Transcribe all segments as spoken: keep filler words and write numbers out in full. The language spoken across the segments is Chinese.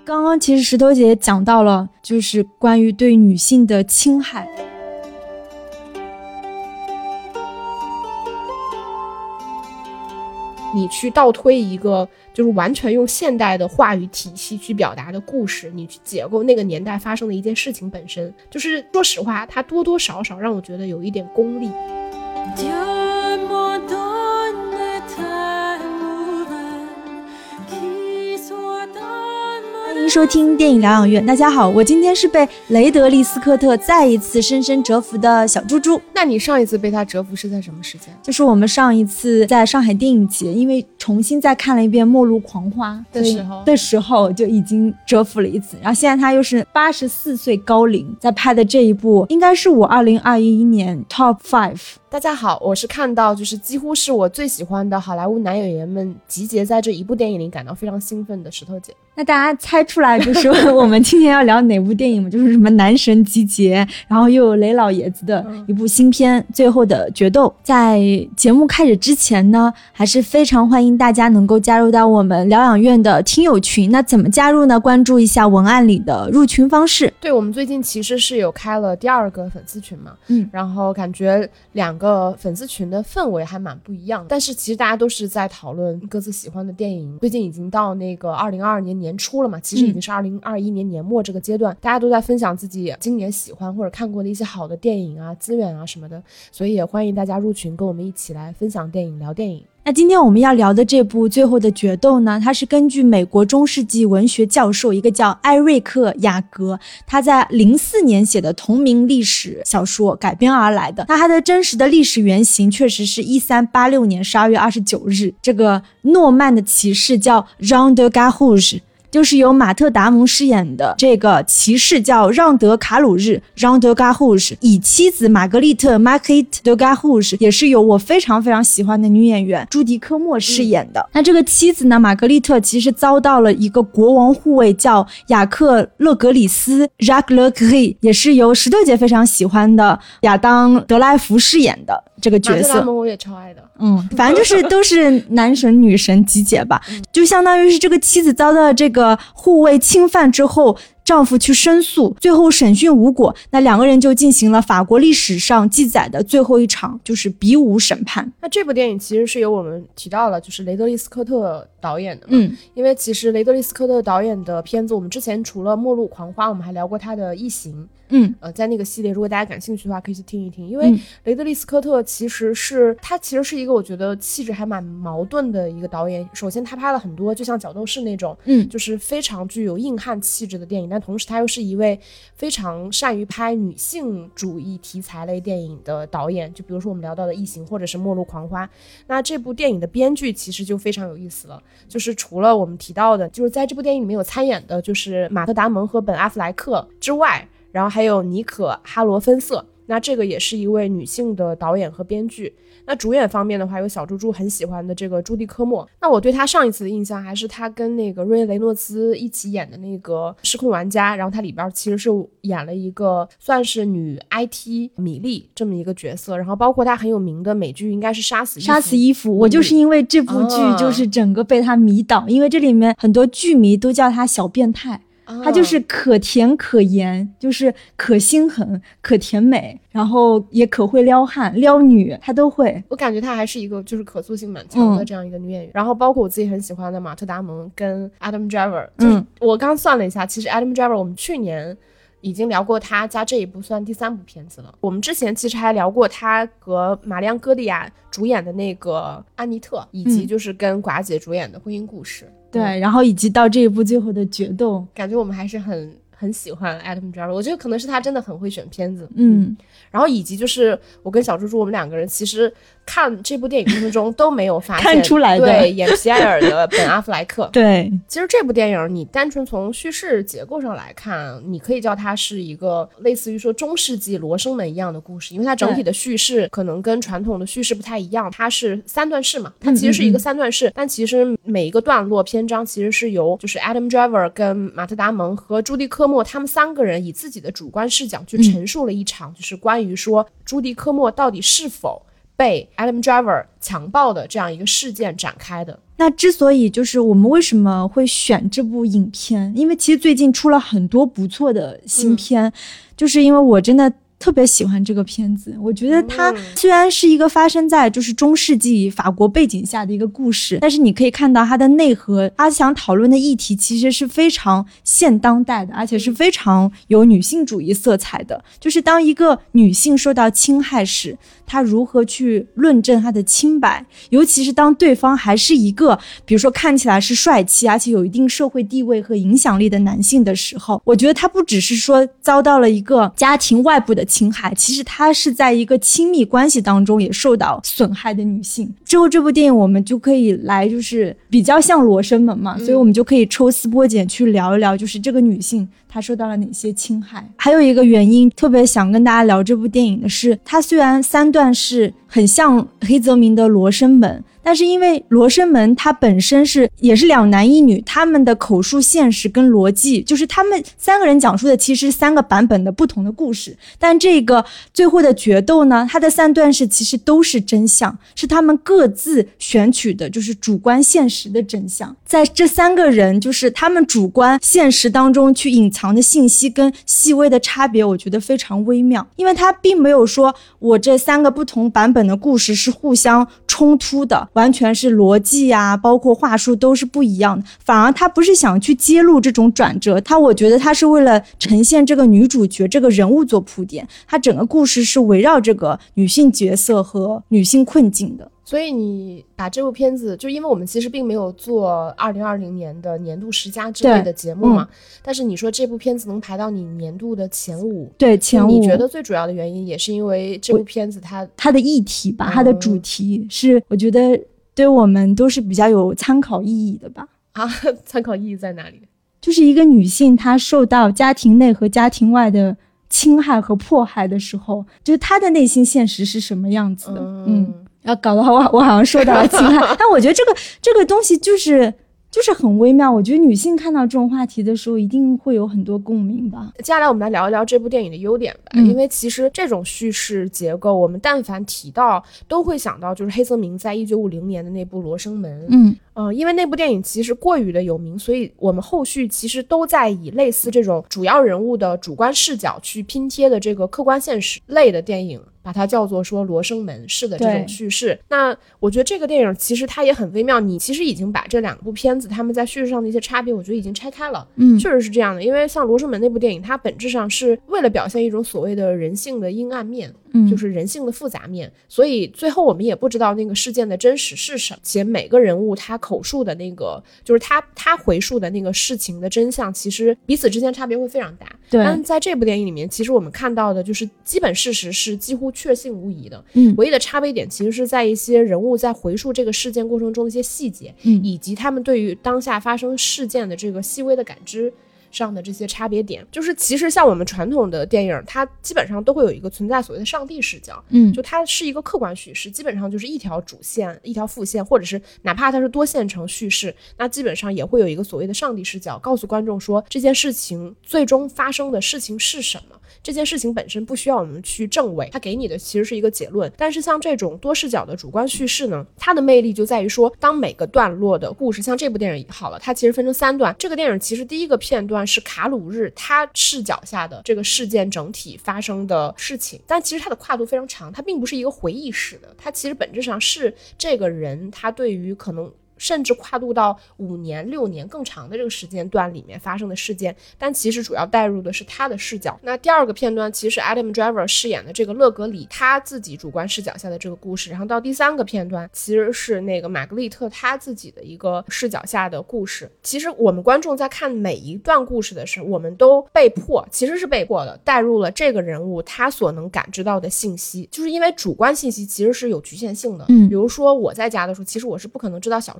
刚刚其实石头姐讲到了就是关于对女性的侵害， 你去倒推一个就是完全用现代的话语体系去表达的故事，你去解构那个年代发生的一件事情本身，就是说实话它多多少少让我觉得有一点功利。 欢迎收听电影疗养院，大家好，我今天是被雷德利·斯科特再一次深深折服的小猪猪。 那你上一次被他折服是在什么时间？ 就是我们上一次在上海电影节，因为重新再看了一遍《末路狂花》 的时候的时候就已经折服了一次，然后现在他又是八十四岁高龄在拍的这一部，应该是我二零二一年 Top Five。 大家好，我是看到就是几乎是我最喜欢的好莱坞男演员们集结在这一部电影里感到非常兴奋的石头姐。 那大家猜出来就是我们今天要聊哪部电影吗？就是什么男神集结，然后又有雷老爷子的一部新片、嗯、最后的决斗。在节目开始之前呢，还是非常欢迎大家能够加入到我们疗养院的听友群。那怎么加入呢？关注一下文案里的入群方式。 对，我们最近其实是有开了第二个粉丝群嘛， 嗯， 然后感觉两个粉丝群的氛围还蛮不一样的，但是其实大家都是在讨论各自喜欢的电影。最近已经到那个二零二二年年初了嘛，其实已经是二零二一年年末这个阶段、嗯、大家都在分享自己今年喜欢或者看过的一些好的电影啊、资源啊什么的，所以也欢迎大家入群跟我们一起来分享电影、聊电影。 那今天我们要聊的这部最后的决斗呢，它是根据美国中世纪文学教授一个叫艾瑞克雅格他在零四年写的同名历史小说改编而来的。那它的真实的历史原型确实是一三八六年十二月二十九日，这个诺曼的骑士叫 Jean de Garouge，就是由马特达蒙饰演的这个骑士叫让德卡鲁日 Jean de Garouge， 以妻子玛格丽特 Marguerite de Garouge 也是由我非常非常喜欢的女演员朱迪科莫饰演的、嗯、那这个妻子呢，玛格丽特其实遭到了一个国王护卫叫雅克勒格里斯 Jacques Le Gris， 也是由石头姐非常喜欢的亚当德莱福饰演的这个角色。 马特达蒙我也超爱的， 嗯，反正就是都是男神女神集结吧，就相当于是这个妻子遭到这个护卫侵犯之后，丈夫去申诉，最后审讯无果，那两个人就进行了法国历史上记载的最后一场就是比武审判。 那这部电影其实是由我们提到了就是雷德利·斯科特导演的嘛， 嗯， 因为其实雷德利·斯科特导演的片子我们之前除了《末路狂花》我们还聊过他的《异形》， 嗯， 呃，在那个系列如果大家感兴趣的话可以去听一听，因为雷德利·斯科特其实是他其实是一个我觉得气质还蛮矛盾的一个导演。首先他拍了很多就像角斗士那种嗯， 就是非常具有硬汉气质的电影，但同时他又是一位非常善于拍女性主义题材类电影的导演，就比如说我们聊到的《异形》或者是《末路狂花》。那这部电影的编剧其实就非常有意思了，就是除了我们提到的就是在这部电影里面有参演的就是马特达蒙和本阿弗莱克之外，然后还有妮可哈罗芬瑟，那这个也是一位女性的导演和编剧。那主演方面的话有小猪猪很喜欢的这个朱迪科莫，那我对他上一次的印象还是他跟那个瑞雷诺兹一起演的那个失控玩家，然后他里边其实是演了一个算是女 I T 米莉这么一个角色，然后包括他很有名的美剧应该是杀死伊芙杀死伊芙，我就是因为这部剧就是整个被他迷倒、嗯、因为这里面很多剧迷都叫他小变态，她就是可甜可盐，就是可心狠可甜美，然后也可会撩汉撩女，她都会。 我感觉她还是一个就是可塑性蛮强的这样一个女演员、嗯、然后包括我自己很喜欢的马特达蒙跟 Adam Driver， 嗯，我刚算了一下，其实 Adam Driver 我们去年已经聊过他，加这一部算第三部片子了。我们之前其实还聊过他和玛丽安戈利亚主演的那个安妮特，以及就是跟寡姐主演的婚姻故事、嗯、 对、嗯，然后以及到这一部最后的决斗， 感觉我们还是很很喜欢 Adam Driver， 我觉得可能是他真的很会选片子。 嗯， 然后以及就是我跟小猪猪我们两个人其实看这部电影过程中都没有发现看出来的， 对，演皮埃尔的本阿弗莱克。 对， 其实这部电影你单纯从叙事结构上来看，你可以叫它是一个类似于说中世纪罗生门一样的故事，因为它整体的叙事可能跟传统的叙事不太一样，它是三段式嘛，它其实是一个三段式、嗯嗯嗯、但其实每一个段落篇章其实是由就是 Adam Driver 跟马特达蒙和朱迪科莫他们三个人以自己的主观视角去陈述了一场、嗯、就是关于说朱迪科莫到底是否被 Adam Driver 强暴的这样一个事件展开的。 那之所以就是我们为什么会选这部影片，因为其实最近出了很多不错的新片、嗯、就是因为我真的特别喜欢这个片子。我觉得它虽然是一个发生在就是中世纪法国背景下的一个故事，但是你可以看到它的内核，他想讨论的议题其实是非常现当代的，而且是非常有女性主义色彩的。就是当一个女性受到侵害时，她如何去论证她的清白，尤其是当对方还是一个比如说看起来是帅气而且有一定社会地位和影响力的男性的时候，我觉得他不只是说遭到了一个家庭外部的侵害，其实她是在一个亲密关系当中也受到损害的女性。之后这部电影我们就可以来就是比较像罗生门嘛、嗯、所以我们就可以抽丝剥茧去聊一聊就是这个女性她受到了哪些侵害。还有一个原因特别想跟大家聊这部电影的是，它虽然三段是很像黑泽明的罗生门，但是因为罗生门它本身是也是两男一女，他们的口述现实跟逻辑就是他们三个人讲述的其实三个版本的不同的故事，但这个最后的决斗呢，它的三段式其实都是真相，是他们各自选取的就是主观现实的真相。在这三个人就是他们主观现实当中去隐藏的信息跟细微的差别，我觉得非常微妙，因为他并没有说我这三个不同版本的故事是互相冲突的，完全是逻辑啊包括话术都是不一样的，反而他不是想去揭露这种转折，他我觉得他是为了呈现这个女主角这个人物做铺垫，他整个故事是围绕这个女性角色和女性困境的。 所以你把这部片子，就因为我们其实并没有做二零二零年的年度十佳之类的节目嘛、嗯、但是你说这部片子能排到你年度的前五， 对前五， 你觉得最主要的原因也是因为这部片子它它的议题吧、嗯、它的主题是我觉得对我们都是比较有参考意义的吧。 啊，参考意义在哪里？ 就是一个女性她受到家庭内和家庭外的侵害和迫害的时候，就是她的内心现实是什么样子的。嗯, 嗯要搞得我我好像受到了侵害但我觉得这个这个东西就是就是很微妙，我觉得女性看到这种话题的时候一定会有很多共鸣吧。 接下来我们来聊一聊这部电影的优点吧、嗯、因为其实这种叙事结构我们但凡提到都会想到就是黑泽明在一九五零年的那部《罗生门》。嗯呃，因为那部电影其实过于的有名，所以我们后续其实都在以类似这种主要人物的主观视角去拼贴的这个客观现实类的电影把它叫做说罗生门式的这种叙事。那我觉得这个电影其实它也很微妙，你其实已经把这两部片子他们在叙事上的一些差别我觉得已经拆开了。嗯，确实是这样的，因为像罗生门那部电影它本质上是为了表现一种所谓的人性的阴暗面，嗯，就是人性的复杂面，所以最后我们也不知道那个事件的真实是什么，且每个人物他口述的那个就是他他回述的那个事情的真相其实彼此之间差别会非常大。对，但在这部电影里面其实我们看到的就是基本事实是几乎确信无疑的，嗯，唯一的差别点其实是在一些人物在回述这个事件过程中的一些细节，嗯，以及他们对于当下发生事件的这个细微的感知上的这些差别点。就是其实像我们传统的电影它基本上都会有一个存在所谓的上帝视角，嗯，就它是一个客观叙事，基本上就是一条主线一条副线，或者是哪怕它是多线程叙事，那基本上也会有一个所谓的上帝视角告诉观众说这件事情最终发生的事情是什么，这件事情本身不需要我们去证伪，它给你的其实是一个结论。但是像这种多视角的主观叙事呢，它的魅力就在于说当每个段落的故事，像这部电影好了，它其实分成三段，这个电影其实第一个片段是卡鲁日他视角下的这个事件整体发生的事情，但其实它的跨度非常长，它并不是一个回忆式的，它其实本质上是这个人他对于可能甚至跨度到五年六年更长的这个时间段里面发生的事件，但其实主要带入的是他的视角。那第二个片段其实是 Adam Driver 饰演的这个勒格里他自己主观视角下的这个故事，然后到第三个片段其实是那个玛格丽特他自己的一个视角下的故事。其实我们观众在看每一段故事的时候，我们都被迫其实是被迫的带入了这个人物他所能感知到的信息，就是因为主观信息其实是有局限性的，嗯，比如说我在家的时候其实我是不可能知道小猪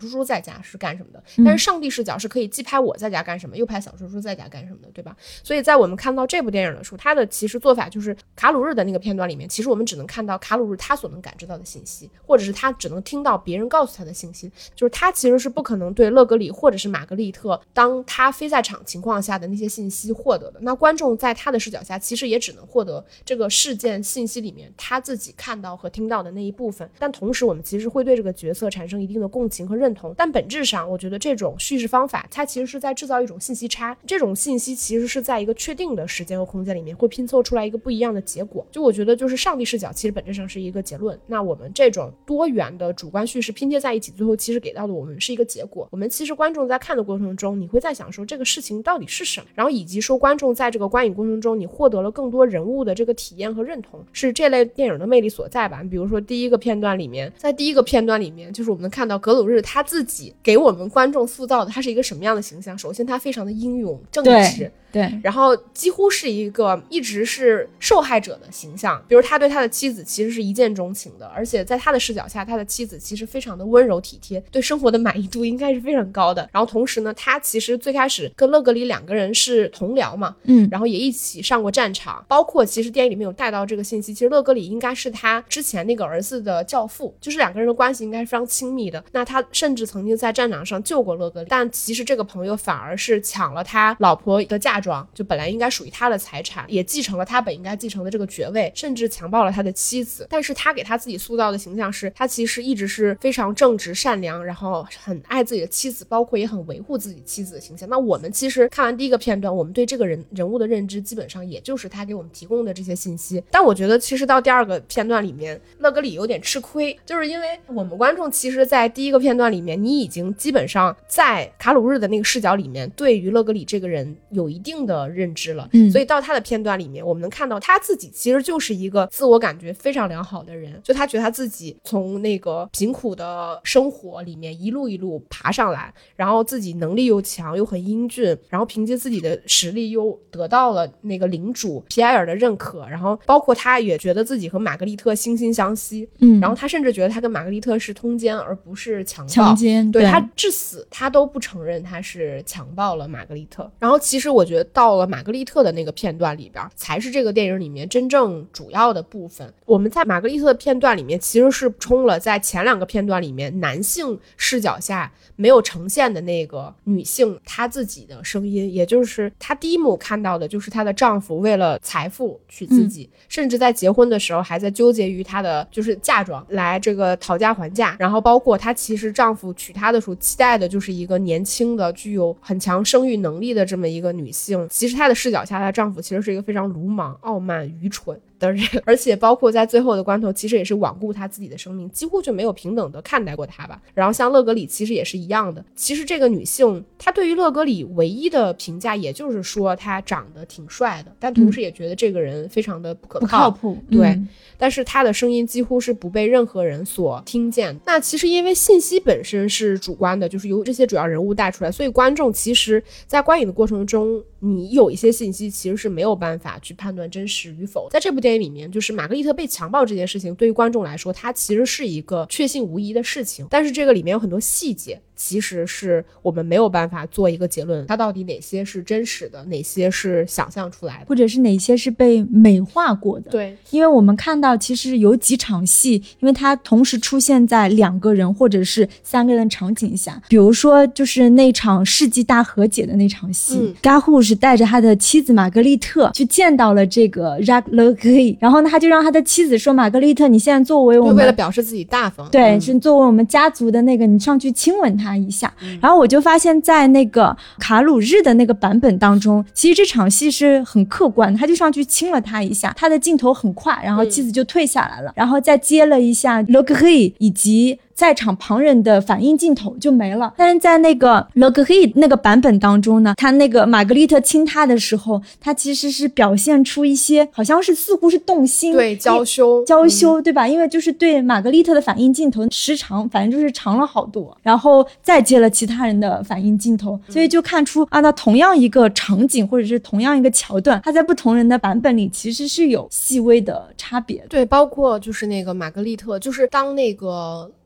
叔在家是干什么的，但是上帝视角是可以既拍我在家干什么，又拍小叔叔在家干什么的，对吧？所以在我们看到这部电影的时候，他的其实做法就是卡鲁日的那个片段里面，其实我们只能看到卡鲁日他所能感知到的信息，或者是他只能听到别人告诉他的信息，就是他其实是不可能对勒格里或者是玛格丽特当他非在场情况下的那些信息获得的。那观众在他的视角下其实也只能获得这个事件信息里面他自己看到和听到的那一部分，但同时我们其实会对这个角色产生一定的共情和认同。但本质上我觉得这种叙事方法它其实是在制造一种信息差，这种信息其实是在一个确定的时间和空间里面会拼凑出来一个不一样的结果。就我觉得就是上帝视角其实本质上是一个结论，那我们这种多元的主观叙事拼贴在一起，最后其实给到的我们是一个结果。我们其实观众在看的过程中，你会在想说这个事情到底是什么，然后以及说观众在这个观影过程中你获得了更多人物的这个体验和认同，是这类电影的魅力所在吧。比如说第一个片段里面，在第一个片段里面就是我们能看到格鲁日他自己给我们观众塑造的他是一个什么样的形象。首先他非常的英勇正直， 对， 然后几乎是一个一直是受害者的形象，比如他对他的妻子其实是一见钟情的，而且在他的视角下他的妻子其实非常的温柔体贴，对生活的满意度应该是非常高的。然后同时呢，他其实最开始跟勒格里两个人是同僚嘛，嗯，然后也一起上过战场，包括其实电影里面有带到这个信息，其实勒格里应该是他之前那个儿子的教父，就是两个人的关系应该是非常亲密的。那他甚至曾经在战场上救过勒格里，但其实这个朋友反而是抢了他老婆的嫁妆，就本来应该属于他的财产，也继承了他本应该继承的这个爵位，甚至强暴了他的妻子。但是他给他自己塑造的形象是他其实一直是非常正直善良，然后很爱自己的妻子，包括也很维护自己妻子的形象。那我们其实看完第一个片段，我们对这个人人物的认知基本上也就是他给我们提供的这些信息。但我觉得其实到第二个片段里面，勒格里有点吃亏，就是因为我们观众其实在第一个片段里面，你已经基本上在卡鲁日的那个视角里面对于勒格里这个人有一定的认知了，嗯，所以到他的片段里面我们能看到他自己其实就是一个自我感觉非常良好的人，就他觉得他自己从那个贫苦的生活里面一路一路爬上来，然后自己能力又强又很英俊，然后凭借自己的实力又得到了那个领主皮埃尔的认可，然后包括他也觉得自己和玛格丽特惺惺相惜，嗯，然后他甚至觉得他跟玛格丽特是通奸而不是强暴， 强奸， 对，他至死他都不承认他是强暴了玛格丽特。然后其实我觉得到了玛格丽特的那个片段里边才是这个电影里面真正主要的部分。我们在玛格丽特的片段里面其实是充了在前两个片段里面男性视角下没有呈现的那个女性她自己的声音，也就是她第一幕看到的就是她的丈夫为了财富娶自己，嗯，甚至在结婚的时候还在纠结于她的就是嫁妆来这个讨价还价，然后包括她其实丈夫娶她的时候期待的就是一个年轻的具有很强生育能力的这么一个女性，其实她的视角下她丈夫其实是一个非常鲁莽傲慢愚蠢的人，而且包括在最后的关头其实也是罔顾他自己的生命，几乎就没有平等的看待过他吧。然后像勒格里其实也是一样的，其实这个女性她对于勒格里唯一的评价也就是说他长得挺帅的，但同时也觉得这个人非常的不可靠， 不靠谱， 对， 嗯， 但是他的声音几乎是不被任何人所听见。那其实因为信息本身是主观的，就是由这些主要人物带出来，所以观众其实在观影的过程中你有一些信息其实是没有办法去判断真实与否。在这部电影里面，就是玛格丽特被强暴这件事情对于观众来说它其实是一个确信无疑的事情，但是这个里面有很多细节其实是我们没有办法做一个结论，它到底哪些是真实的，哪些是想象出来的， 或者是哪些是被美化过的。 对， 因为我们看到其实有几场戏，因为它同时出现在两个人或者是三个人场景下，比如说就是那场世纪大和解的那场戏，嗯，嘎护是带着他的妻子玛格丽特去见到了这个 Jacques Legris， 然后呢他就让他的妻子说，玛格丽特你现在作为我们为了表示自己大方， 对， 嗯， 是作为我们家族的那个，你上去亲吻他一下，嗯，然后我就发现在那个卡鲁日的那个版本当中，其实这场戏是很客观的，他就上去亲了他一下，他的镜头很快，然后妻子就退下来了，嗯，然后再接了一下 Legris 以及在场旁人的反应镜头就没了。但是在那个 Legris 那个版本当中呢，他那个玛格丽特亲他的时候，他其实是表现出一些好像是似乎是动心， 对，娇羞娇羞，嗯，对吧？因为就是对玛格丽特的反应镜头时长反正就是长了好多，然后再接了其他人的反应镜头，所以就看出啊，那同样一个场景或者是同样一个桥段，它在不同人的版本里其实是有细微的差别。 对，包括就是那个玛格丽特，就是当那个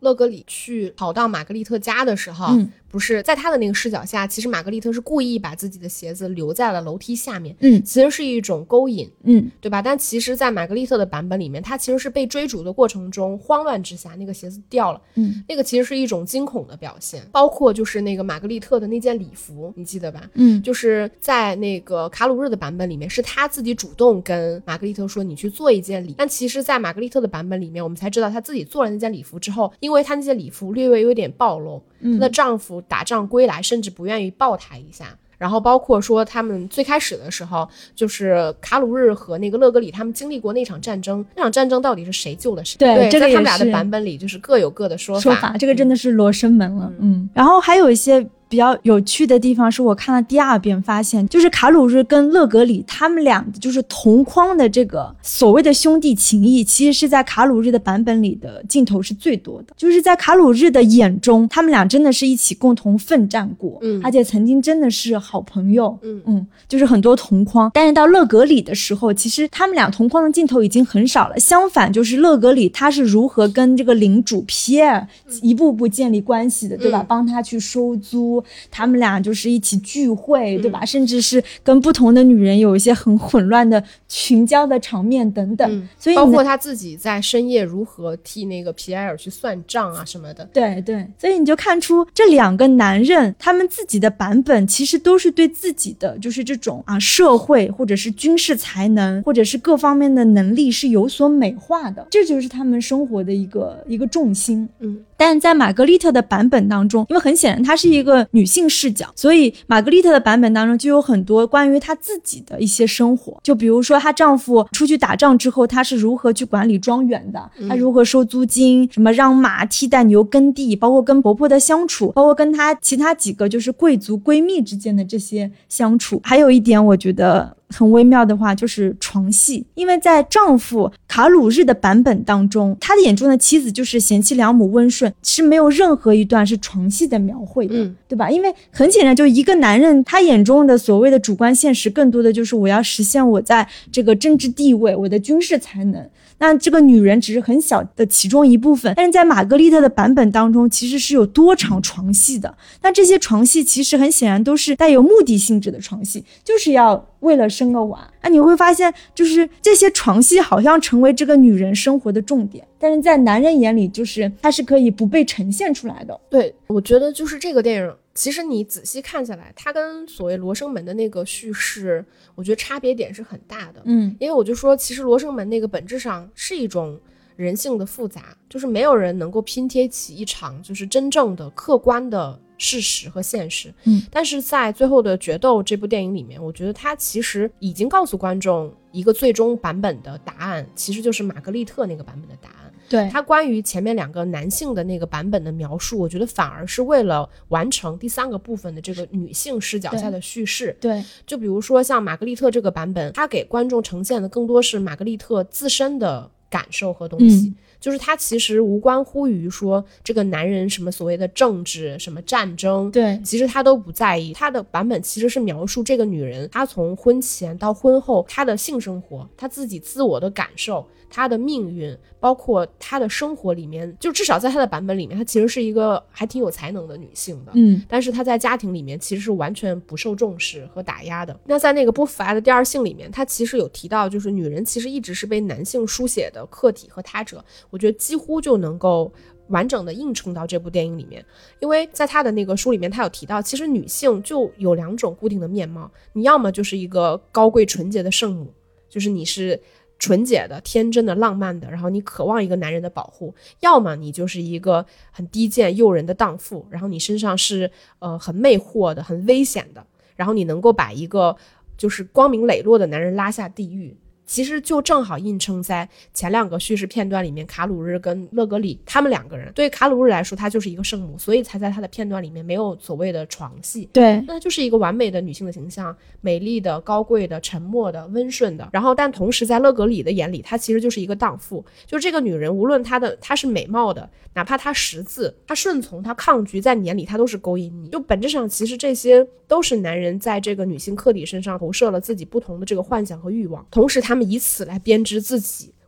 勒格里去跑到玛格丽特家的时候、嗯、不是在他的那个视角下，其实玛格丽特是故意把自己的鞋子留在了楼梯下面， 嗯， 其实是一种勾引， 嗯， 对吧？但其实在玛格丽特的版本里面，他其实是被追逐的过程中慌乱之下那个鞋子掉了， 嗯， 那个其实是一种惊恐的表现。包括就是那个玛格丽特的那件礼服你记得吧， 嗯， 就是在那个卡鲁日的版本里面是他自己主动跟玛格丽特说你去做一件礼，但其实在玛格丽特的版本里面我们才知道他自己做了那件礼服之后，因为他那件礼服略微有点暴露，她的丈夫打仗归来甚至不愿意抱她一下。然后包括说他们最开始的时候，就是卡鲁日和那个勒格里他们经历过那场战争，那场战争到底是谁救了谁？ 对， 对， 这个在他们俩的版本里就是各有各的说法。 说法，这个真的是罗生门了。嗯，嗯然后还有一些比较有趣的地方是我看了第二遍发现，就是卡鲁日跟勒格里他们俩就是同框的这个所谓的兄弟情谊，其实是在卡鲁日的版本里的镜头是最多的。就是在卡鲁日的眼中，他们俩真的是一起共同奋战过， 嗯， 而且曾经真的是好朋友， 嗯嗯，就是很多同框。但是到勒格里的时候，其实他们俩同框的镜头已经很少了。相反，就是勒格里他是如何跟这个领主皮埃尔一步步建立关系的，对吧？ 嗯、 帮他去收租。他们俩就是一起聚会，对吧、嗯、甚至是跟不同的女人有一些很混乱的群交的场面等等、 嗯、 所以包括他自己在深夜如何替那个皮埃尔去算账啊什么的。 对对，所以你就看出这两个男人他们自己的版本其实都是对自己的就是这种啊社会或者是军事才能或者是各方面的能力是有所美化的，这就是他们生活的一个一个重心。 嗯， 但在玛格丽特的版本当中，因为很显然她是一个女性视角，所以玛格丽特的版本当中就有很多关于她自己的一些生活，就比如说她丈夫出去打仗之后，她是如何去管理庄园的，她如何收租金，什么让马替代牛耕地，包括跟婆婆的相处，包括跟她其他几个就是贵族闺蜜之间的这些相处。还有一点我觉得很微妙的话就是床戏，因为在丈夫卡鲁日的版本当中，他的眼中的妻子就是贤妻良母温顺，是没有任何一段是床戏的描绘的、嗯、对吧？因为很显然就一个男人他眼中的所谓的主观现实更多的就是我要实现我在这个政治地位，我的军事才能，那这个女人只是很小的其中一部分。但是在玛格丽特的版本当中其实是有多场床戏的，那这些床戏其实很显然都是带有目的性质的床戏，就是要为了生个娃。那你会发现就是这些床戏好像成为这个女人生活的重点，但是在男人眼里就是它是可以不被呈现出来的。 对，我觉得就是这个电影其实你仔细看下来，它跟所谓罗生门的那个叙事我觉得差别点是很大的。 嗯， 因为我就说其实罗生门那个本质上是一种人性的复杂，就是没有人能够拼贴起一场就是真正的客观的事实和现实。 嗯， 但是在最后的决斗这部电影里面，我觉得它其实已经告诉观众一个最终版本的答案，其实就是玛格丽特那个版本的答案。 对， 它关于前面两个男性的那个版本的描述，我觉得反而是为了完成第三个部分的这个女性视角下的叙事。 对， 就比如说像玛格丽特这个版本，它给观众呈现的更多是玛格丽特自身的感受和东西、嗯、就是它其实无关乎于说这个男人什么所谓的政治什么战争， 对， 其实他都不在意。他的版本其实是描述这个女人她从婚前到婚后她的性生活，她自己自我的感受，她的命运，包括她的生活里面，就至少在她的版本里面，她其实是一个还挺有才能的女性的。 嗯， 但是她在家庭里面其实是完全不受重视和打压的。那在那个波伏娃的第二性里面，她其实有提到就是女人其实一直是被男性书写的客体和他者，我觉得几乎就能够完整的映衬到这部电影里面。因为在他的那个书里面，他有提到其实女性就有两种固定的面貌，你要么就是一个高贵纯洁的圣母，就是你是纯洁的天真的浪漫的，然后你渴望一个男人的保护，要么你就是一个很低贱诱人的荡妇，然后你身上是呃很魅惑的很危险的，然后你能够把一个就是光明磊落的男人拉下地狱。其实就正好映衬在前两个叙事片段里面，卡鲁日跟勒格里他们两个人，对卡鲁日来说她就是一个圣母，所以才在他的片段里面没有所谓的床戏。 对， 那就是一个完美的女性的形象，美丽的高贵的沉默的温顺的。然后但同时在勒格里的眼里，她其实就是一个荡妇，就是这个女人无论她的她是美貌的，哪怕她识字，她顺从，她抗拒，在你眼里她都是勾引你。就本质上其实这些都是男人在这个女性客体身上投射了自己不同的这个幻想和欲望，同时他们以此来编织自己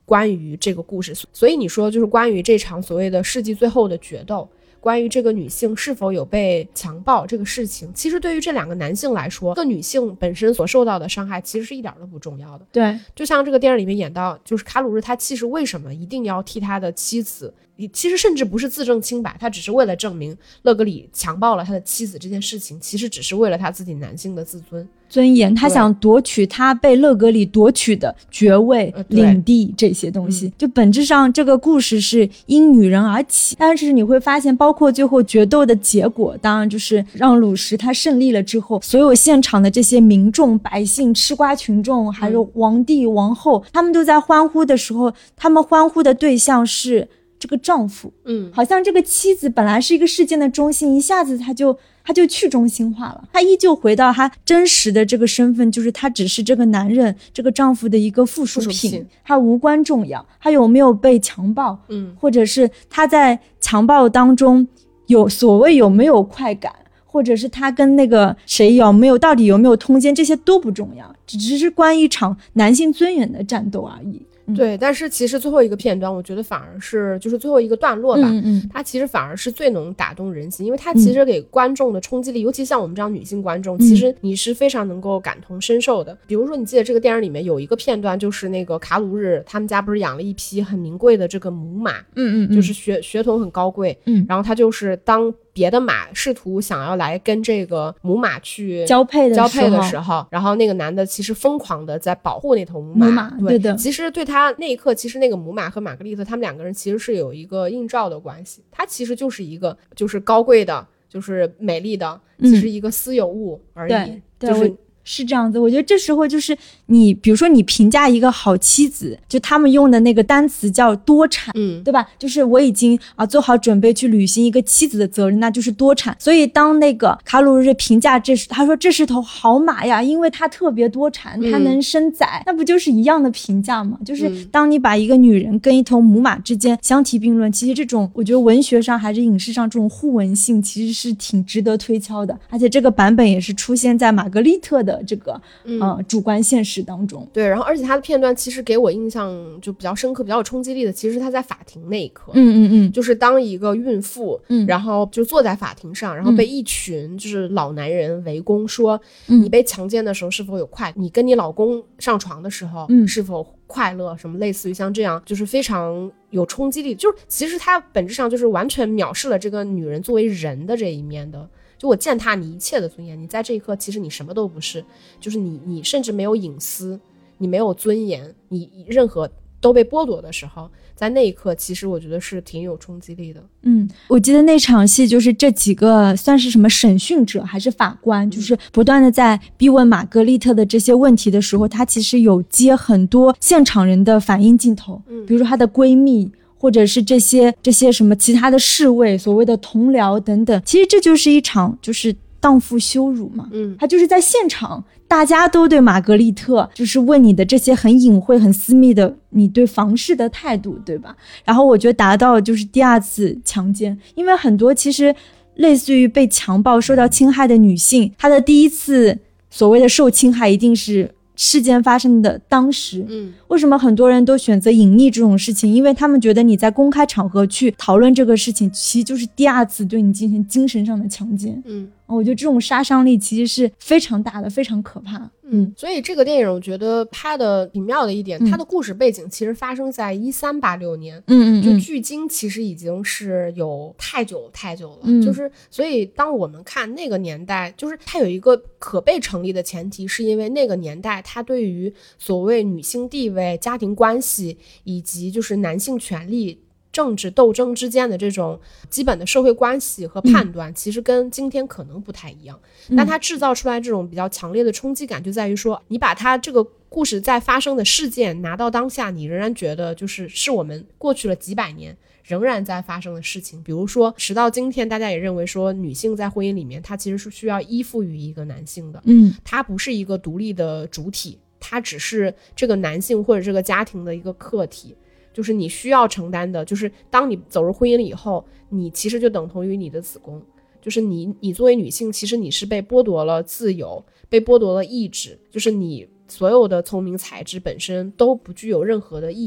关于这个故事。所以你说就是关于这场所谓的世纪最后的决斗，关于这个女性是否有被强暴这个事情，其实对于这两个男性来说，这个女性本身所受到的伤害其实是一点都不重要的。 对， 就像这个电影里面演到，就是卡鲁日他其实为什么一定要替他的妻子，其实甚至不是自证清白，他只是为了证明勒格里强暴了他的妻子这件事情，其实只是为了他自己男性的自尊尊严，他想夺取他被勒格里夺取的爵位、 呃、 领地这些东西、嗯、就本质上这个故事是因女人而起，但是你会发现包括最后决斗的结果，当然就是让鲁什他胜利了之后，所有现场的这些民众百姓吃瓜群众还有皇帝、嗯、王后，他们都在欢呼的时候，他们欢呼的对象是这个丈夫， 嗯， 好像这个妻子本来是一个事件的中心，一下子他就他就去中心化了，他依旧回到他真实的这个身份，就是他只是这个男人这个丈夫的一个附属品，他无关重要，他有没有被强暴， 嗯， 或者是他在强暴当中有所谓有没有快感，或者是他跟那个谁有没有到底有没有通奸，这些都不重要，只是关于一场男性尊严的战斗而已。 对，但是其实最后一个片段我觉得反而是就是最后一个段落吧， 嗯嗯， 它其实反而是最能打动人心，因为它其实给观众的冲击力、嗯、尤其像我们这样女性观众、嗯、其实你是非常能够感同身受的。比如说你记得这个电影里面有一个片段，就是那个卡鲁日他们家不是养了一匹很名贵的这个母马， 嗯嗯嗯， 就是血血统很高贵， 嗯， 然后他就是当别的马试图想要来跟这个母马去交配的交配的时候，然后那个男的其实疯狂的在保护那头母马， 母马 对, 对的， 其实对他那一刻，其实那个母马和玛格丽特他们两个人其实是有一个映照的关系，他其实就是一个就是高贵的就是美丽的， 嗯、 其实一个私有物而已， 对对就是是这样子。我觉得这时候就是你比如说你评价一个好妻子，就他们用的那个单词叫多产， 嗯， 对吧，就是我已经啊做好准备去履行一个妻子的责任，那就是多产。所以当那个卡鲁日评价这是他说这是头好马呀，因为它特别多产，它能生崽、嗯、那不就是一样的评价吗？就是当你把一个女人跟一头母马之间相提并论，其实这种我觉得文学上还是影视上这种互文性其实是挺值得推敲的，而且这个版本也是出现在玛格丽特的这个嗯、 呃、主观现实当中。 对，然后而且他的片段其实给我印象就比较深刻比较有冲击力的，其实是他在法庭那一刻， 嗯嗯嗯， 就是当一个孕妇、嗯、然后就坐在法庭上，然后被一群就是老男人围攻，说、嗯、你被强奸的时候是否有快，你跟你老公上床的时候、嗯、是否快乐，什么类似于像这样就是非常有冲击力，就是其实他本质上就是完全藐视了这个女人作为人的这一面的，就我践踏你一切的尊严，你在这一刻其实你什么都不是，就是你你甚至没有隐私，你没有尊严，你任何都被剥夺的时候，在那一刻其实我觉得是挺有冲击力的。 嗯，我记得那场戏就是这几个算是什么审讯者还是法官、嗯、就是不断的在逼问玛格丽特的这些问题的时候，他其实有接很多现场人的反应镜头、嗯、比如说她的闺蜜或者是这些这些什么其他的侍卫所谓的同僚等等，其实这就是一场就是荡妇羞辱嘛。 嗯， 他就是在现场大家都对玛格丽特就是问你的这些很隐晦很私密的你对房事的态度，对吧？然后我觉得达到就是第二次强奸，因为很多其实类似于被强暴受到侵害的女性，她的第一次所谓的受侵害一定是事件发生的当时。 嗯， 为什么很多人都选择隐匿这种事情？因为他们觉得你在公开场合去讨论这个事情，其实就是第二次对你进行精神上的强奸。 嗯， 我觉得这种杀伤力其实是非常大的，非常可怕。 嗯，所以这个电影我觉得拍的挺妙的一点、嗯、它的故事背景其实发生在一三八六年。 嗯嗯， 就距今其实已经是有太久太久了、 嗯、 就是所以当我们看那个年代，就是它有一个可被成立的前提，是因为那个年代它对于所谓女性地位、家庭关系以及就是男性权利政治斗争之间的这种基本的社会关系和判断、嗯、其实跟今天可能不太一样、嗯、但它制造出来这种比较强烈的冲击感就在于说，你把它这个故事在发生的事件拿到当下，你仍然觉得就是是我们过去了几百年仍然在发生的事情。比如说时到今天大家也认为说女性在婚姻里面她其实是需要依附于一个男性的， 嗯， 她不是一个独立的主体，她只是这个男性或者这个家庭的一个客体，就是你需要承担的，就是当你走入婚姻了以后，你其实就等同于你的子宫，就是你你作为女性其实你是被剥夺了自由，被剥夺了意志，就是你所有的聪明才智本身都不具有任何的意义，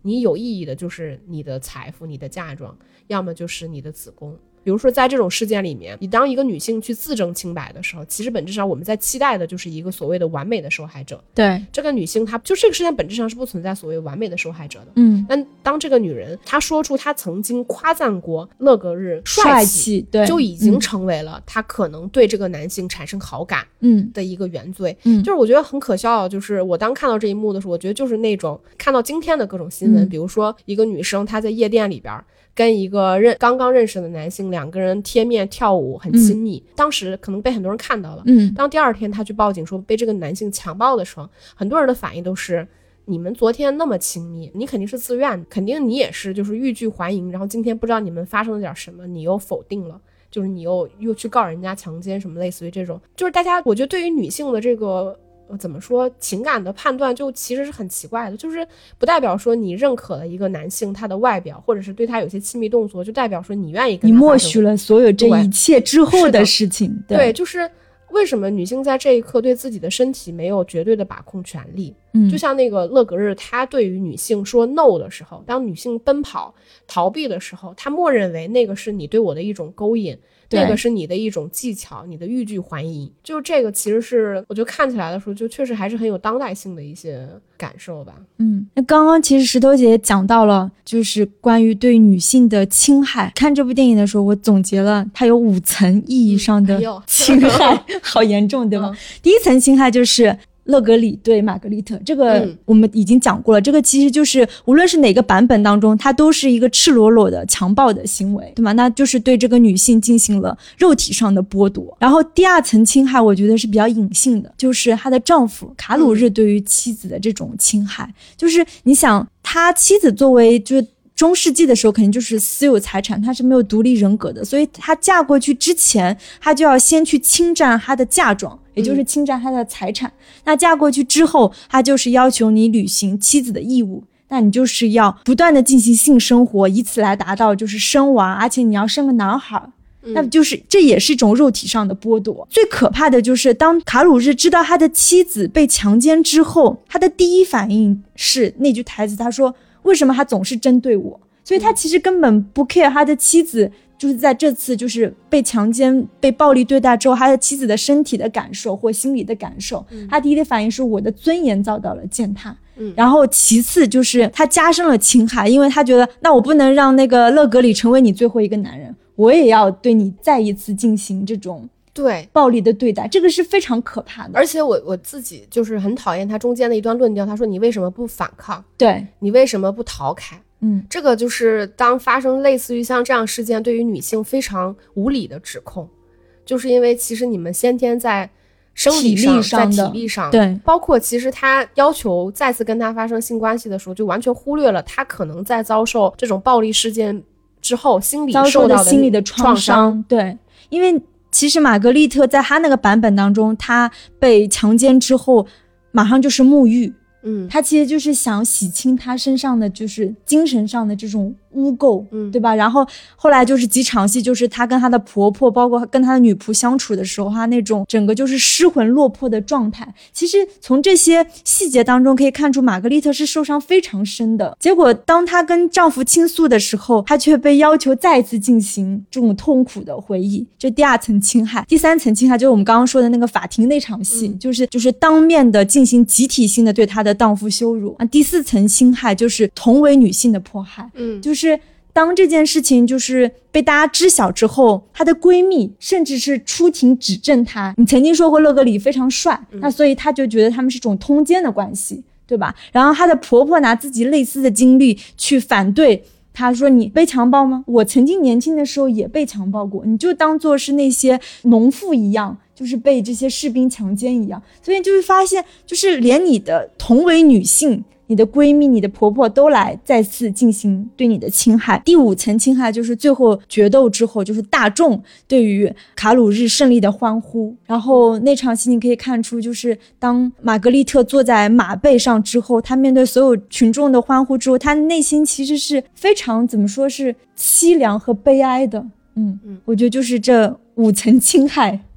你有意义的就是你的财富你的嫁妆，要么就是你的子宫。比如说在这种事件里面，你当一个女性去自证清白的时候，其实本质上我们在期待的就是一个所谓的完美的受害者。 对， 这个女性她就这个事件本质上是不存在所谓完美的受害者的。 嗯， 但当这个女人她说出她曾经夸赞过勒格日帅气， 对， 就已经成为了她可能对这个男性产生好感的一个原罪。 嗯， 就是我觉得很可笑，就是我当看到这一幕的时候，我觉得就是那种看到今天的各种新闻、嗯、比如说一个女生她在夜店里边跟一个认刚刚认识的男性两个人贴面跳舞很亲密、嗯、当时可能被很多人看到了。嗯，当第二天他去报警说被这个男性强暴的时候，很多人的反应都是你们昨天那么亲密，你肯定是自愿，肯定你也是就是欲拒还迎，然后今天不知道你们发生了点什么，你又否定了，就是你又又去告人家强奸什么，类似于这种。就是大家我觉得对于女性的这个怎么说情感的判断就其实是很奇怪的，就是不代表说你认可了一个男性他的外表，或者是对他有些亲密动作就代表说你愿意跟他， 你默许了所有这一切之后的事情。 对, 对，就是为什么女性在这一刻对自己的身体没有绝对的把控权利。嗯，就像那个勒格日他对于女性说 no 的时候，当女性奔跑逃避的时候，他默认为那个是你对我的一种勾引，那个是你的一种技巧，你的欲拒还迎。就这个其实是我觉得看起来的时候就确实还是很有当代性的一些感受吧。 嗯，那刚刚其实石头姐也讲到了就是关于对女性的侵害，看这部电影的时候我总结了它有五层意义上的侵害、嗯、好严重对吧、嗯、第一层侵害就是勒格里对玛格丽特，这个我们已经讲过了、嗯、这个其实就是无论是哪个版本当中它都是一个赤裸裸的强暴的行为，对吗？那就是对这个女性进行了肉体上的剥夺。然后第二层侵害我觉得是比较隐性的，就是她的丈夫卡鲁日对于妻子的这种侵害、嗯、就是你想他妻子作为就是中世纪的时候肯定就是私有财产，她是没有独立人格的，所以她嫁过去之前她就要先去侵占她的嫁妆，也就是侵占她的财产、嗯、那嫁过去之后她就是要求你履行妻子的义务，那你就是要不断的进行性生活，以此来达到就是生娃，而且你要生个男孩，那就是这也是一种肉体上的剥夺。最可怕的就是当卡鲁日知道他的妻子被强奸之后，他的第一反应是那句台词，他说为什么他总是针对我，所以他其实根本不 care 他的妻子就是在这次就是被强奸被暴力对待之后他的妻子的身体的感受或心理的感受、嗯、他第一的反应是我的尊严遭到了践踏、嗯、然后其次就是他加深了侵害，因为他觉得那我不能让那个勒格里成为你最后一个男人，我也要对你再一次进行这种对暴力的对待，这个是非常可怕的。 而且我我自己就是很讨厌他中间的一段论调，他说你为什么不反抗， 对， 你为什么不逃开，嗯，这个就是当发生类似于像这样事件对于女性非常无理的指控，就是因为其实你们先天在生理上在体力上， 对， 包括其实他要求再次跟他发生性关系的时候就完全忽略了他可能在遭受这种暴力事件之后心理受到的心理的创伤。对，因为其实玛格丽特在她那个版本当中，她被强奸之后马上就是沐浴，嗯，她其实就是想洗清她身上的就是精神上的这种污垢，嗯，对吧？然后后来就是几场戏，就是她跟她的婆婆包括跟她的女仆相处的时候，她那种整个就是失魂落魄的状态，其实从这些细节当中可以看出玛格丽特是受伤非常深的。结果当她跟丈夫倾诉的时候，她却被要求再次进行这种痛苦的回忆，这第二层侵害。第三层侵害就是我们刚刚说的那个法庭那场戏、嗯、就是就是当面的进行集体性的对她的荡妇羞辱啊。第四层侵害就是同为女性的迫害，嗯，就是当这件事情就是被大家知晓之后，她的闺蜜甚至是出庭指证她，你曾经说过勒格里非常帅、嗯、那所以她就觉得他们是一种通奸的关系，对吧？然后她的婆婆拿自己类似的经历去反对她，说你被强暴吗？我曾经年轻的时候也被强暴过，你就当作是那些农妇一样，就是被这些士兵强奸一样。所以就是发现就是连你的同为女性，你的闺蜜你的婆婆都来再次进行对你的侵害。第五层侵害就是最后决斗之后，就是大众对于卡鲁日胜利的欢呼，然后那场戏你可以看出，就是当玛格丽特坐在马背上之后，她面对所有群众的欢呼之后，她内心其实是非常怎么说是凄凉和悲哀的。嗯嗯，我觉得就是这五层侵害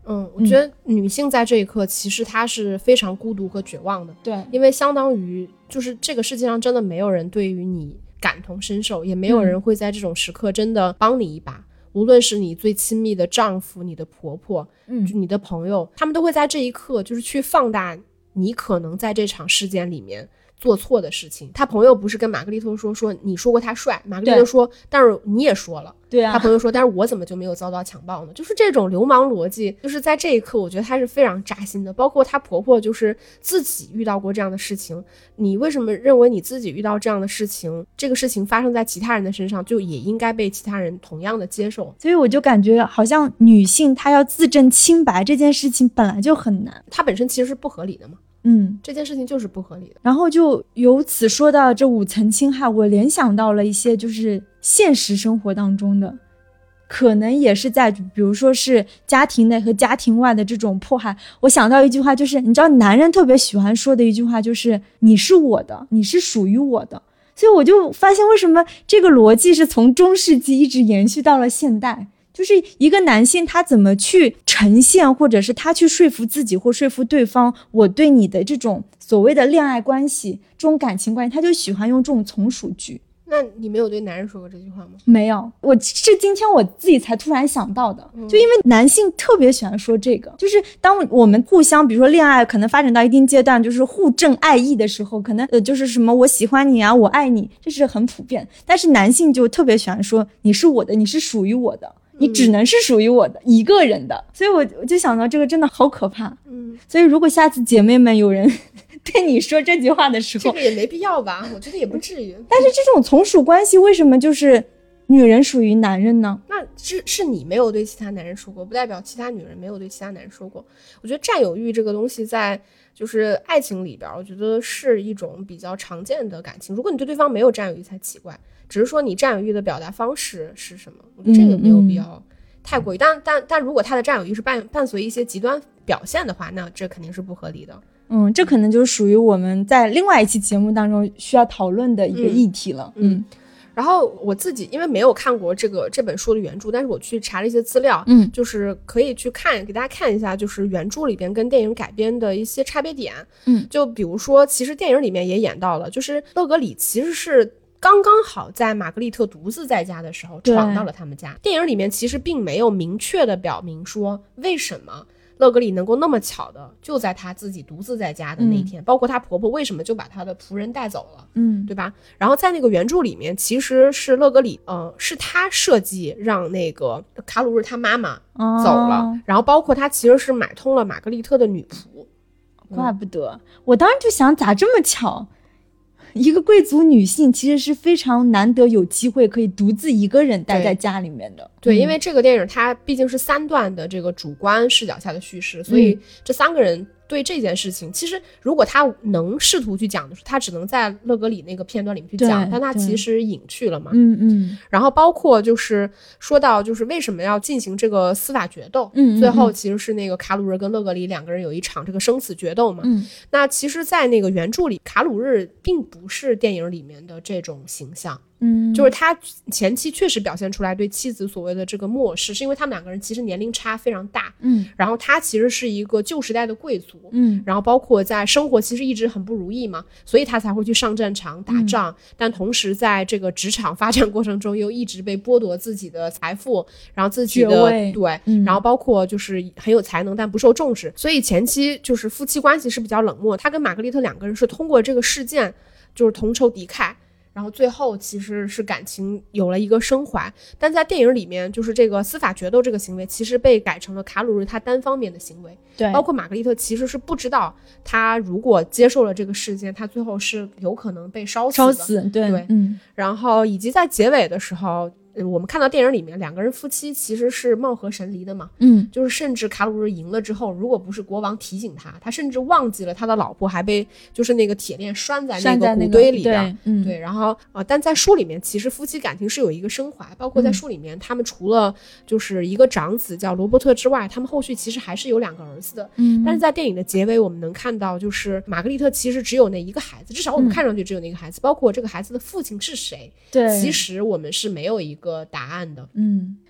嗯，我觉得女性在这一刻其实她是非常孤独和绝望的。 对， 因为相当于就是这个世界上真的没有人对于你感同身受，也没有人会在这种时刻真的帮你一把、嗯、无论是你最亲密的丈夫、你的婆婆、嗯，就你的朋友，他们都会在这一刻就是去放大你可能在这场事件里面做错的事情。他朋友不是跟玛格丽特说说你说过他帅，玛格丽特说但是你也说了， 对啊， 他朋友说但是我怎么就没有遭到强暴呢？就是这种流氓逻辑，就是在这一刻我觉得他是非常扎心的。包括他婆婆就是自己遇到过这样的事情，你为什么认为你自己遇到这样的事情，这个事情发生在其他人的身上就也应该被其他人同样的接受？ 所以我就感觉好像女性她要自证清白这件事情本来就很难， 它本身其实是不合理的嘛。 嗯， 这件事情就是不合理的。 然后就由此说到这五层侵害，我联想到了一些就是现实生活当中的，可能也是在比如说是家庭内和家庭外的这种迫害。我想到一句话，就是你知道男人特别喜欢说的一句话，就是你是我的，你是属于我的。所以我就发现为什么这个逻辑是从中世纪一直延续到了现代，就是一个男性他怎么去呈现，或者是他去说服自己或说服对方，我对你的这种所谓的恋爱关系，这种感情关系，他就喜欢用这种从属句。 那你没有对男人说过这句话吗？ 没有，我是今天我自己才突然想到的、嗯、就因为男性特别喜欢说这个，就是当我们互相比如说恋爱可能发展到一定阶段，就是互证爱意的时候，可能呃就是什么我喜欢你啊，我爱你，这是很普遍。但是男性就特别喜欢说你是我的，你是属于我的，你只能是属于我的、嗯、一个人的。所以我我就想到这个真的好可怕。嗯，所以如果下次姐妹们有人对你说这句话的时候， 这个也没必要吧，我觉得也不至于。 但是这种从属关系为什么就是女人属于男人呢？ 那是是你没有对其他男人说过，不代表其他女人没有对其他男人说过。我觉得占有欲这个东西在就是爱情里边，我觉得是一种比较常见的感情。如果你对对方没有占有欲才奇怪，只是说你占有欲的表达方式是什么，我觉得这个没有必要太过于、嗯嗯、但但但如果他的占有欲是伴伴随一些极端表现的话，那这肯定是不合理的。 嗯，这可能就是属于我们在另外一期节目当中需要讨论的一个议题了。嗯，嗯然后我自己因为没有看过这个这本书的原著，但是我去查了一些资料，嗯，就是可以去看给大家看一下，就是原著里边跟电影改编的一些差别点。嗯，就比如说，其实电影里面也演到了，就是勒格里其实是刚刚好在玛格丽特独自在家的时候闯到了他们家。电影里面其实并没有明确的表明说为什么勒格里能够那么巧的就在她自己独自在家的那一天、嗯、包括她婆婆为什么就把她的仆人带走了，嗯，对吧？然后在那个原著里面其实是勒格里呃，是她设计让那个卡鲁日她妈妈走了、哦、然后包括她其实是买通了玛格丽特的女仆。 怪不得、嗯、我当时就想咋这么巧，一个贵族女性其实是非常难得有机会可以独自一个人待在家里面的。 对，对、嗯、因为这个电影它毕竟是三段的这个主观视角下的叙事，所以这三个人对这件事情、嗯、其实如果他能试图去讲的时候，他只能在勒格里那个片段里面去讲，但他其实隐去了嘛。嗯嗯。然后包括就是说到就是为什么要进行这个司法决斗，嗯, 嗯, 嗯最后其实是那个卡鲁日跟勒格里两个人有一场这个生死决斗嘛。嗯。那其实在那个原著里，卡鲁日并不是电影里面的这种形象。嗯，就是他前期确实表现出来对妻子所谓的这个漠视，是因为他们两个人其实年龄差非常大，嗯，然后他其实是一个旧时代的贵族，嗯，然后包括在生活其实一直很不如意嘛，所以他才会去上战场打仗、嗯、但同时在这个职场发展过程中又一直被剥夺自己的财富，然后自己的对、嗯，然后包括就是很有才能但不受重视，所以前期就是夫妻关系是比较冷漠。他跟玛格丽特两个人是通过这个事件就是同仇敌忾，然后最后其实是感情有了一个升华，但在电影里面就是这个司法决斗这个行为其实被改成了卡鲁日他单方面的行为。对，包括玛格丽特其实是不知道他如果接受了这个事件，他最后是有可能被烧死的。 烧死，对对，嗯。然后以及在结尾的时候，我们看到电影里面两个人夫妻其实是貌合神离的嘛，嗯，就是甚至卡鲁日赢了之后，如果不是国王提醒他，他甚至忘记了他的老婆还被就是那个铁链拴在那个骨堆里边、那个、对, 嗯、对，然后呃，但在书里面其实夫妻感情是有一个升华，包括在书里面、嗯、他们除了就是一个长子叫罗伯特之外，他们后续其实还是有两个儿子的，嗯，但是在电影的结尾我们能看到就是玛格丽特其实只有那一个孩子，至少我们看上去只有那个孩子、嗯、包括这个孩子的父亲是谁，对，其实我们是没有一个答案的。 嗯，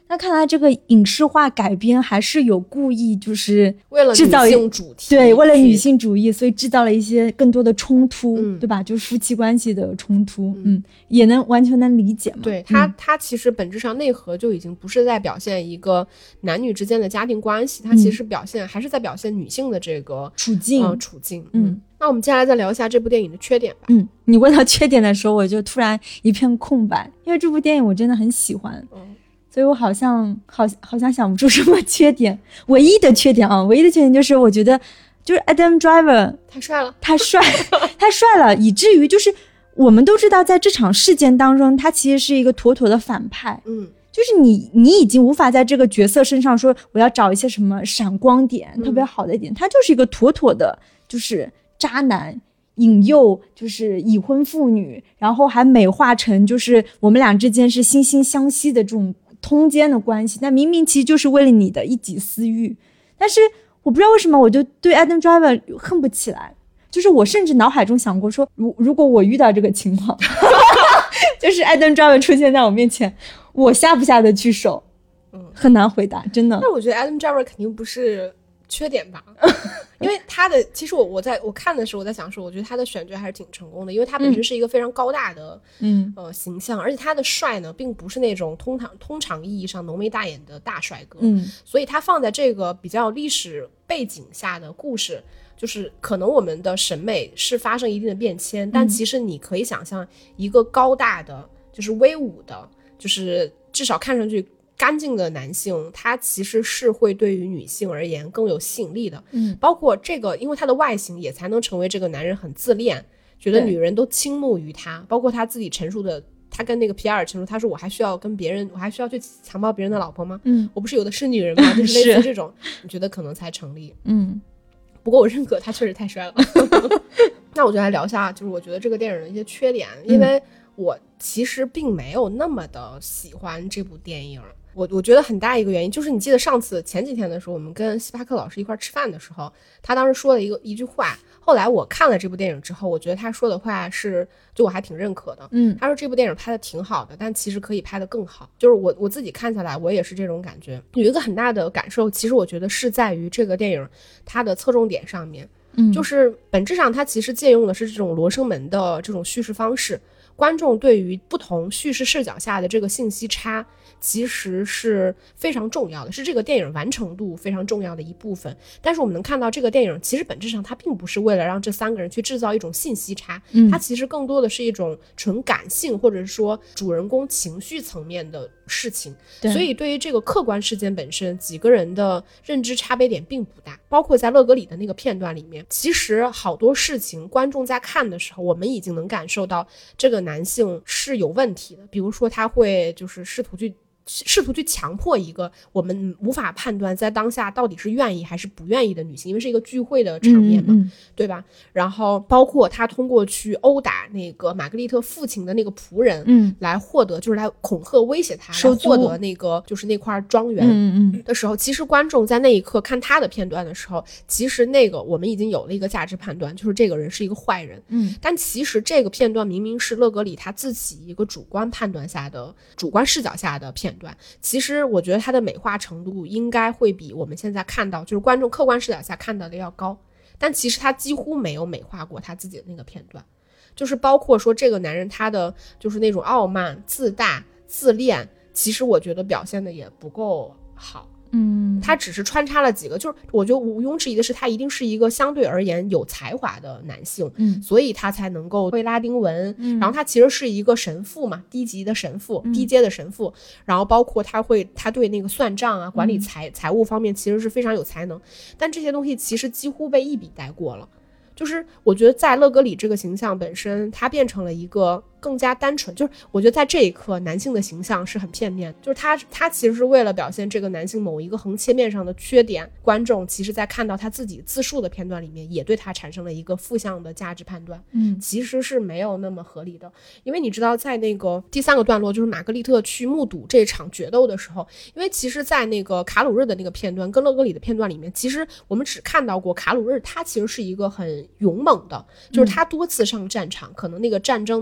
那看来这个影视化改编还是有故意，就是为了制造女性主题， 对，为了女性主义，所以制造了一些更多的冲突， 嗯、 对吧？就是夫妻关系的冲突，嗯，嗯也能完全能理解嘛。 对它， 嗯、 它其实本质上内核就已经不是在表现一个男女之间的家庭关系，它其实表现、嗯、还是在表现女性的这个处境， 呃、处境， 嗯。 嗯那我们接下来再聊一下这部电影的缺点吧。 嗯，你问到缺点的时候，我就突然一片空白，因为这部电影我真的很喜欢，嗯，所以我好像好好像想不出什么缺点。唯一的缺点啊，唯一的缺点就是我觉得就是 Adam Driver 太帅了， 太帅，太帅了，以至于就是我们都知道，在这场事件当中，他其实是一个妥妥的反派， 嗯。 就是你，你已经无法在这个角色身上说我要找一些什么闪光点、嗯、特别好的一点，他就是一个妥妥的，就是渣男引诱，就是已婚妇女，然后还美化成就是我们俩之间是惺惺相惜的这种通奸的关系，但明明其实就是为了你的一己私欲。但是我不知道为什么我就对 Adam Driver 恨不起来，就是我甚至脑海中想过说，如如果我遇到这个情况就是 Adam Driver 出现在我面前，我下不下得去手？嗯，很难回答，真的。 但我觉得 Adam Driver 肯定不是缺点吧，因为他的其实我我在我看的时候我在想说，我觉得他的选角还是挺成功的，因为他本身是一个非常高大的嗯呃形象，而且他的帅呢并不是那种通常通常意义上浓眉大眼的大帅哥，嗯，所以他放在这个比较历史背景下的故事。就是可能我们的审美是发生一定的变迁，但其实你可以想象一个高大的就是威武的就是至少看上去干净的男性，他其实是会对于女性而言更有吸引力的，嗯，包括这个因为他的外形也才能成为这个男人很自恋，觉得女人都倾慕于他，包括他自己陈述的，他跟那个皮埃尔陈述，他说我还需要跟别人我还需要去强暴别人的老婆吗？嗯，我不是有的是女人吗？就是类似这种你觉得可能才成立。嗯，不过我认可他确实太帅了那我就来聊一下就是我觉得这个电影的一些缺点，因为我其实并没有那么的喜欢这部电影。我我觉得很大一个原因就是你记得上次前几天的时候我们跟希巴克老师一块吃饭的时候，他当时说了一个一句话，后来我看了这部电影之后，我觉得他说的话是就我还挺认可的。嗯，他说这部电影拍的挺好的，但其实可以拍得更好。就是我我自己看下来我也是这种感觉。有一个很大的感受其实我觉得是在于这个电影它的侧重点上面，嗯，就是本质上它其实借用的是这种罗生门的这种叙事方式，观众对于不同叙事视角下的这个信息差其实是非常重要的，是这个电影完成度非常重要的一部分。但是我们能看到这个电影其实本质上它并不是为了让这三个人去制造一种信息差，嗯，它其实更多的是一种纯感性或者说主人公情绪层面的事情。所以对于这个客观事件本身，几个人的认知差别点并不大。包括在勒格里的那个片段里面，其实好多事情观众在看的时候我们已经能感受到这个男性是有问题的，比如说他会就是试图去试图去强迫一个我们无法判断在当下到底是愿意还是不愿意的女性，因为是一个聚会的场面嘛，嗯嗯对吧？然后包括他通过去殴打那个玛格丽特父亲的那个仆人，嗯，来获得就是来恐吓威胁他，来获得那个就是那块庄园的时候，嗯嗯其实观众在那一刻看他的片段的时候，其实那个我们已经有了一个价值判断，就是这个人是一个坏人，嗯，但其实这个片段明明是勒格里他自己一个主观判断下的主观视角下的片段。其实我觉得它的美化程度应该会比我们现在看到就是观众客观视角下看到的要高，但其实他几乎没有美化过他自己的那个片段，就是包括说这个男人他的就是那种傲慢自大自恋，其实我觉得表现的也不够好。嗯，他只是穿插了几个，就是我觉得毋庸置疑的是他一定是一个相对而言有才华的男性，嗯，所以他才能够会拉丁文，嗯，然后他其实是一个神父嘛，低级的神父，嗯，低阶的神父，然后包括他会他对那个算账啊管理财、嗯、财务方面其实是非常有才能，但这些东西其实几乎被一笔带过了。就是我觉得在勒格里这个形象本身他变成了一个更加单纯，就是我觉得在这一刻男性的形象是很片面，就是他他其实是为了表现这个男性某一个横切面上的缺点，观众其实在看到他自己自述的片段里面也对他产生了一个负向的价值判断，嗯，其实是没有那么合理的。因为你知道在那个第三个段落就是玛格丽特去目睹这场决斗的时候，因为其实在那个卡鲁日的那个片段跟勒格里的片段里面，其实我们只看到过卡鲁日他其实是一个很勇猛的，就是他多次上战场，可能那个战争的场面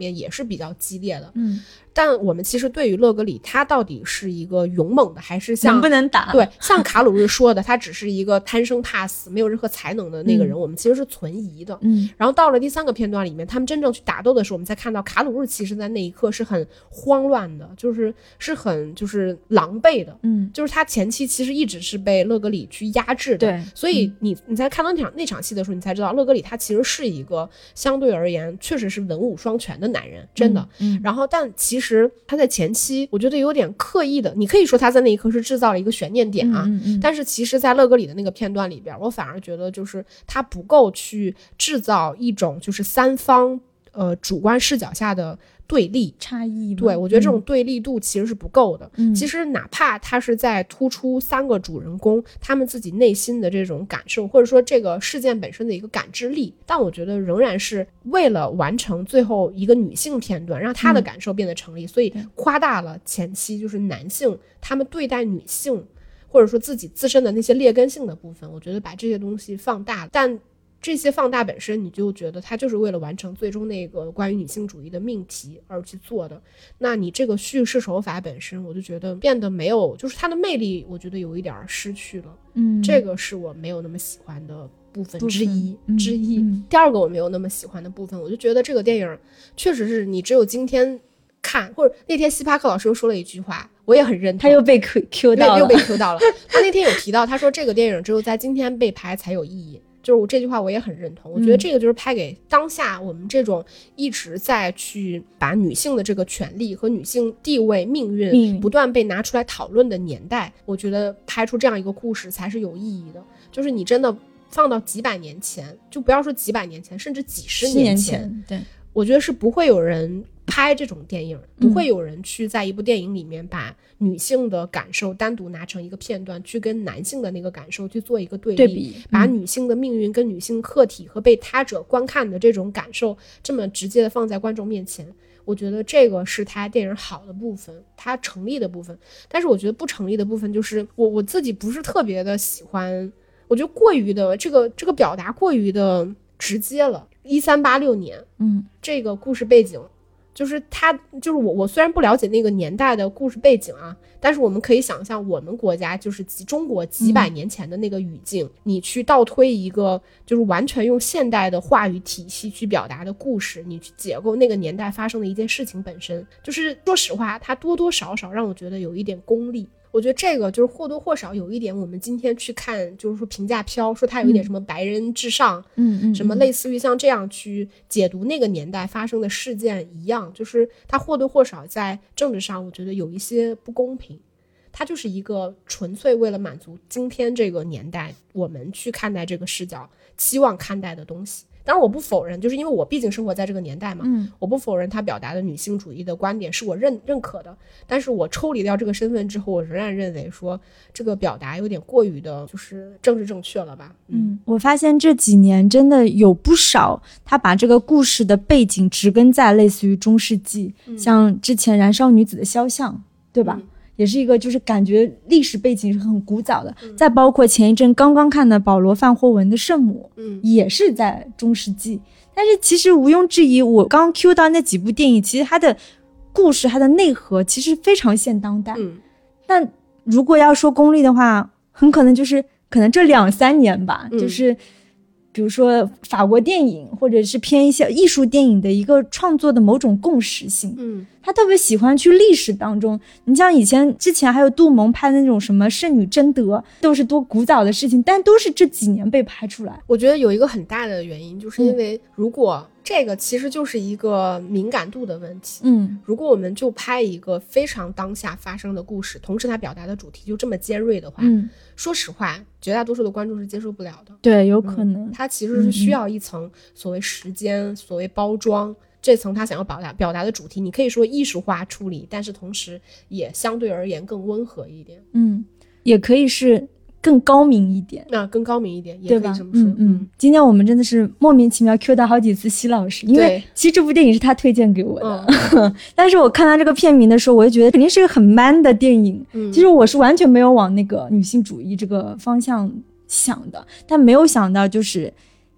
面也是比较激烈的。 嗯， 但我们其实对于勒格里他到底是一个勇猛的，还是像能不能打？ 对，像卡鲁日说的，他只是一个贪生怕死、没有任何才能的那个人， 嗯、 我们其实是存疑的。 嗯， 然后到了第三个片段里面，他们真正去打斗的时候，我们才看到卡鲁日其实在那一刻是很慌乱的，就是是很就是狼狈的。 嗯， 就是他前期其实一直是被勒格里去压制的。 对， 所以你你在看到那场那场戏的时候，你才知道勒格里他其实是一个相对而言确实是文武双全的男人，真的。 嗯嗯、 然后但其实他在前期我觉得有点刻意的，你可以说他在那一刻是制造了一个悬念点啊， 嗯嗯嗯、 但是其实在勒格里的那个片段里边，我反而觉得就是他不够去制造一种就是三方呃主观视角下的对立差异。 对，我觉得这种对立度其实是不够的。 嗯， 其实哪怕他是在突出三个主人公他们自己内心的这种感受，或者说这个事件本身的一个感知力，但我觉得仍然是为了完成最后一个女性片段，让她的感受变得成立，嗯、所以夸大了前期就是男性他们对待女性或者说自己自身的那些劣根性的部分，我觉得把这些东西放大了，但这些放大本身你就觉得它就是为了完成最终那个关于女性主义的命题而去做的，那你这个叙事手法本身我就觉得变得没有，就是它的魅力我觉得有一点失去了。 嗯， 这个是我没有那么喜欢的部分之一嗯、 之一、 嗯、 第二个我没有那么喜欢的部分，我就觉得这个电影确实是你只有今天看，或者那天希帕克老师又说了一句话我也很认同， 他又被 Q 到了， 又被 Q 到了他那天有提到，他说这个电影只有在今天被拍才有意义，就是我这句话我也很认同，我觉得这个就是拍给当下我们这种一直在去把女性的这个权利和女性地位命运不断被拿出来讨论的年代，我觉得拍出这样一个故事才是有意义的。就是你真的放到几百年前，就不要说几百年前，甚至几十年前， 年前对， 我觉得是不会有人拍这种电影，不会有人去在一部电影里面把女性的感受单独拿成一个片段去跟男性的那个感受去做一个对立， 对比、嗯、 把女性的命运跟女性客体和被他者观看的这种感受这么直接的放在观众面前，我觉得这个是他电影好的部分，他成立的部分。但是我觉得不成立的部分就是我我自己不是特别的喜欢，我觉得过于的这个这个表达过于的直接了。一三八六年， 嗯， 这个故事背景就是他就是我我虽然不了解那个年代的故事背景啊，但是我们可以想象我们国家就是中国几百年前的那个语境、嗯、你去倒推一个就是完全用现代的话语体系去表达的故事，你去解构那个年代发生的一件事情本身，就是说实话它多多少少让我觉得有一点功利。我觉得这个就是或多或少有一点我们今天去看就是说评价飘说它有一点什么白人至上， 嗯嗯， 什么类似于像这样去解读那个年代发生的事件一样，就是它或多或少在政治上我觉得有一些不公平，它就是一个纯粹为了满足今天这个年代我们去看待这个视角期望看待的东西。当然我不否认，就是因为我毕竟生活在这个年代嘛，嗯，我不否认他表达的女性主义的观点是我认认可的，但是我抽离掉这个身份之后，我仍然认为说这个表达有点过于的就是政治正确了吧。 嗯, 嗯，我发现这几年真的有不少他把这个故事的背景植根在类似于中世纪、嗯、像之前燃烧女子的肖像，对吧、嗯，也是一个就是感觉历史背景是很古早的、嗯、再包括前一阵刚刚看的保罗范霍文的圣母、嗯、也是在中世纪。但是其实毋庸置疑，我刚 Q 到那几部电影其实它的故事它的内核其实非常现当代、嗯、但如果要说功利的话，很可能就是可能这两三年吧、嗯、就是比如说法国电影或者是偏一些艺术电影的一个创作的某种共识性，嗯，他特别喜欢去历史当中，你像以前之前还有杜蒙拍的那种什么圣女贞德，都是多古早的事情，但都是这几年被拍出来。 我觉得有一个很大的原因就是因为如果这个其实就是一个敏感度的问题，嗯，如果我们就拍一个非常当下发生的故事，同时它表达的主题就这么尖锐的话，嗯，说实话绝大多数的观众是接受不了的。 对，有可能、嗯、 它其实是需要一层所谓时间、嗯、所谓包装，这层他想要表达表达的主题，你可以说艺术化处理，但是同时也相对而言更温和一点。嗯， 也可以是更高明一点， 那、啊、更高明一点，也可以这么说。 嗯嗯。今天我们真的是莫名其妙 Q 到好几次奚老师，因为其实这部电影是他推荐给我的，嗯、但是我看到这个片名的时候，我就觉得肯定是个很 man 的电影。嗯，其实我是完全没有往那个女性主义这个方向想的，但没有想到就是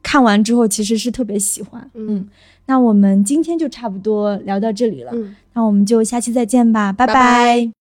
看完之后其实是特别喜欢。 嗯， 嗯，那我们今天就差不多聊到这里了。 嗯， 那我们就下期再见吧，拜拜拜。